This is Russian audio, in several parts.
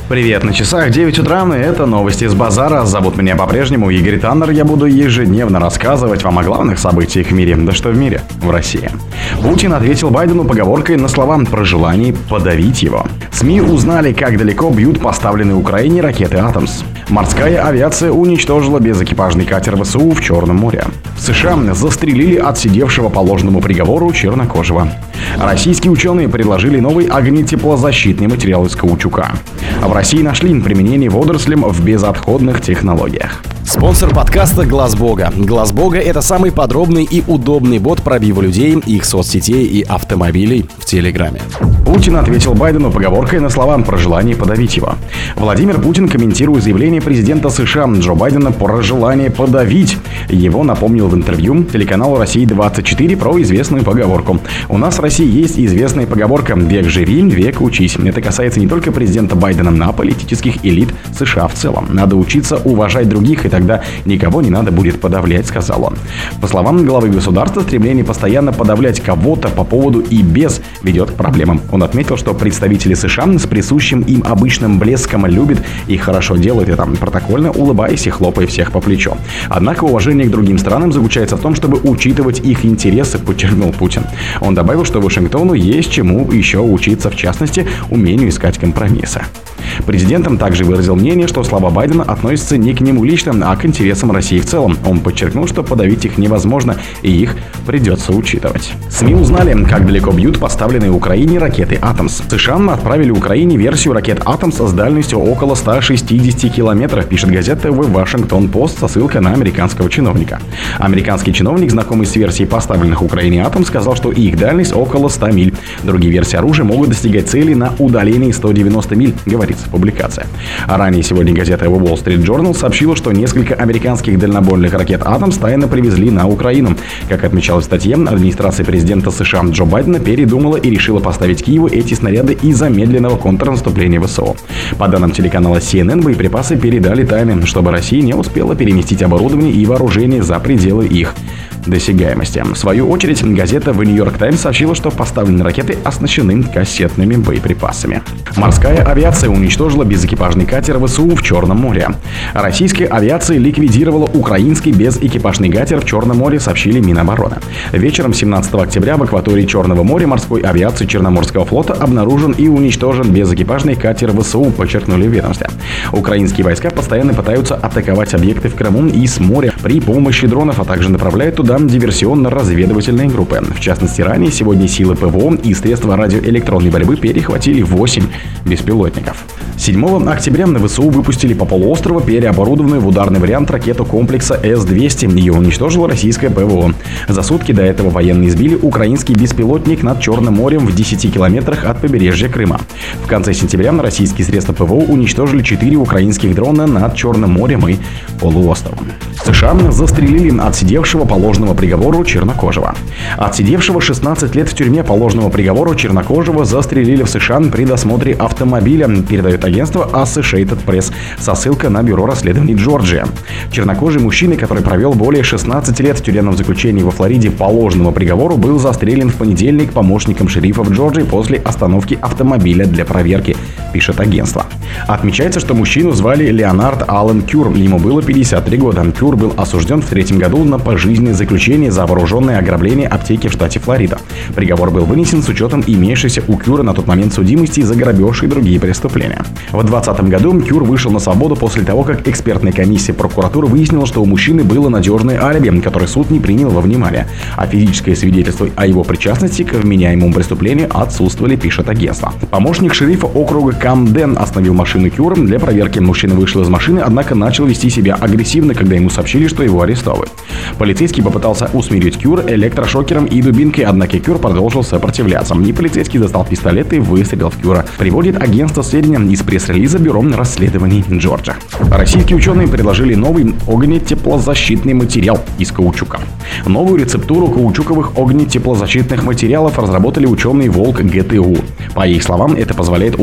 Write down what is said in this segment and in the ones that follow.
Привет, на часах 9 утра, и это новости с базара. Зовут меня по-прежнему Игорь Таннер. Я буду ежедневно рассказывать вам о главных событиях в мире. Да что в мире? В России. Путин ответил Байдену поговоркой на слова про желание подавить его. СМИ узнали, как далеко бьют поставленные Украине ракеты «Атомс». Морская авиация уничтожила безэкипажный катер ВСУ в Черном море. В США застрелили отсидевшего по ложному приговору чернокожего. Российские ученые предложили новый огнетеплозащитный материал из каучука. В России нашли применение водорослям в безотходных технологиях. Спонсор подкаста Глаз Бога. Глаз Бога — это самый подробный и удобный бот пробива людей, их соцсетей и автомобилей в Телеграме. Путин ответил Байдену поговоркой на слова про желание подавить его. Владимир Путин, комментируя заявление президента США Джо Байдена про желание подавить его, напомнил в интервью телеканалу «Россия-24» про известную поговорку. У нас в России есть известная поговорка «Век живи, век учись». Это касается не только президента Байдена, но и политических элит США в целом. Надо учиться уважать других, и тогда никого не надо будет подавлять, сказал он. По словам главы государства, стремление постоянно подавлять кого-то по поводу и без ведет к проблемам. Он отметил, что представители США с присущим им обычным блеском любят и хорошо делают это, протокольно улыбаясь и хлопая всех по плечу. Однако уважение к другим странам заключается в том, чтобы учитывать их интересы, подчеркнул Путин. Он добавил, что Вашингтону есть чему еще учиться, в частности, умению искать компромиссы. Президентом также выразил мнение, что слова Байдена относятся не к нему лично, а к интересам России в целом. Он подчеркнул, что подавить их невозможно, и их придется учитывать. СМИ узнали, как далеко бьют поставленные Украине ракеты «Атомс». США отправили Украине версию ракет «Атомс» с дальностью около 160 километров, пишет газета The Washington Post со ссылкой на американского чиновника. Американский чиновник, знакомый с версией поставленных Украине «Атомс», сказал, что их дальность около 100 миль. Другие версии оружия могут достигать цели на удалении 190 миль, говорится в публикации. А ранее сегодня газета The Wall Street Journal сообщила, что несколько американских дальнобойных ракет «Атомс» тайно привезли на Украину. Как отмечалось в статье, администрация президента США Джо Байдена передумала и решила поставить Киеву эти снаряды из-за медленного контрнаступления ВСУ. По данным телеканала CNN, боеприпасы передали тайно, чтобы Россия не успела переместить оборудование и вооружение за пределы их досягаемости. В свою очередь, газета The New York Times сообщила, что поставленные ракеты оснащены кассетными боеприпасами. Морская авиация уничтожила безэкипажный катер ВСУ в Черном море. Российская авиация ликвидировала украинский безэкипажный катер в Черном море, сообщили Минобороны. Вечером 17 октября в акватории Черного моря морской авиации Черноморского флота обнаружен и уничтожен безэкипажный катер ВСУ, подчеркнули в ведомстве. Украинские войска постоянно пытаются атаковать объекты в Крыму и с моря при помощи дронов, а также направляют туда диверсионно-разведывательные группы. В частности, ранее сегодня силы ПВО и средства радиоэлектронной борьбы перехватили 8 беспилотников. 7 октября на ВСУ выпустили по полуострову переоборудованную в ударный вариант ракету комплекса С-200. Ее уничтожило российское ПВО. За сутки до этого военные сбили украинский беспилотник над Черным морем в 10 километрах от побережья Крыма. В конце сентября российские средства ПВО уничтожили 4 украинских дрона над Черным морем и полуостровом. США застрелили отсидевшего по ложному приговору чернокожего. Отсидевшего 16 лет в тюрьме по ложному приговору чернокожего застрелили в США при досмотре автомобиля, передает агентство Associated Press со ссылкой на бюро расследований Джорджия. Чернокожий мужчина, который провел более 16 лет в тюремном заключении во Флориде по ложному приговору, был застрелен в понедельник помощником шерифа в Джорджии после остановки автомобиля для проверки, пишет агентство. Отмечается, что мужчину звали Леонард Аллен Кюр, ему было 53 года. Кюр был осужден в 2003 году на пожизненное заключение за вооруженное ограбление аптеки в штате Флорида. Приговор был вынесен с учетом имеющейся у Кюра на тот момент судимости за грабеж и другие преступления. В 2020 году Кюр вышел на свободу после того, как экспертная комиссия прокуратуры выяснила, что у мужчины было надежное алиби, которое суд не принял во внимание, а физическое свидетельство о его причастности к вменяемому преступлению отсутствовали, пишет агентство. Помощник шерифа округа Камден остановил машину Кюра для проверки. Мужчина вышел из машины, однако начал вести себя агрессивно, когда ему сообщили, что его арестовывают. Полицейский попытался усмирить Кюр электрошокером и дубинкой, однако Кюр продолжил сопротивляться. И полицейский достал пистолет и выстрелил в Кюра. Приводит агентство сведения из пресс-релиза Бюро расследований Джорджа. Российские ученые предложили новый огнетеплозащитный материал из каучука. Новую рецептуру каучуковых огнетеплозащитных материалов разработали ученые Волк ГТУ. По их словам, это позволяет улучшить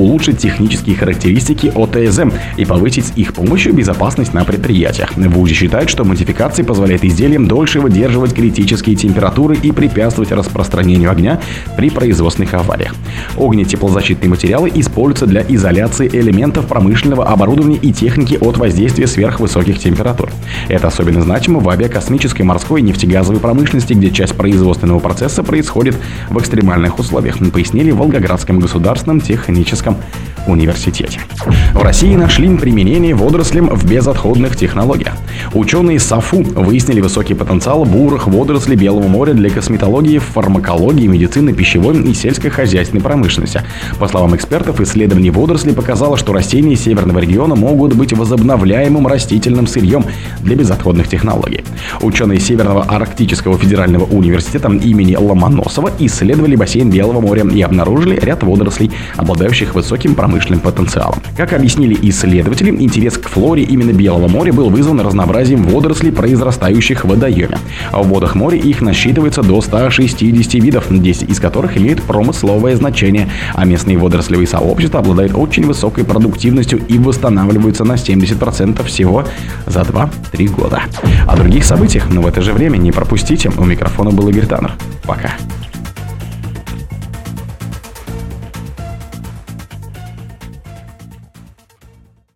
технические характеристики ОТЗ и повысить с их помощью безопасность на предприятиях. В ВУЗе считают, что модификация позволяет изделиям дольше выдерживать критические температуры и препятствовать распространению огня при производственных авариях. Огнетеплозащитные материалы используются для изоляции элементов промышленного оборудования и техники от воздействия сверхвысоких температур. Это особенно значимо в авиакосмической, морской и нефтегазовой промышленности, где часть производственного процесса происходит в экстремальных условиях, пояснили в Волгоградском государственном техническом университете. В России нашли применение водорослям в безотходных технологиях. Ученые САФУ выяснили высокий потенциал бурых водорослей Белого моря для косметологии, фармакологии, медицины, пищевой и сельскохозяйственной промышленности. По словам экспертов, исследование водорослей показало, что растения северного региона могут быть возобновляемым растительным сырьем для безотходных технологий. Ученые Северного Арктического федерального университета имени Ломоносова исследовали бассейн Белого моря и обнаружили ряд водорослей, обладающих высоким промышленным потенциалом. Как объяснили исследователи, интерес к флоре именно Белого моря был вызван разнообразием водорослей, произрастающих в водоеме. В водах моря их насчитывается до 160 видов, 10 из которых имеют промысловое значение, а местные водорослевые сообщества обладают очень высокой продуктивностью и восстанавливаются на 70% всего за 2-3 года. О других событиях, но в это же время не пропустите. У микрофона был Игорь Таннер. Пока.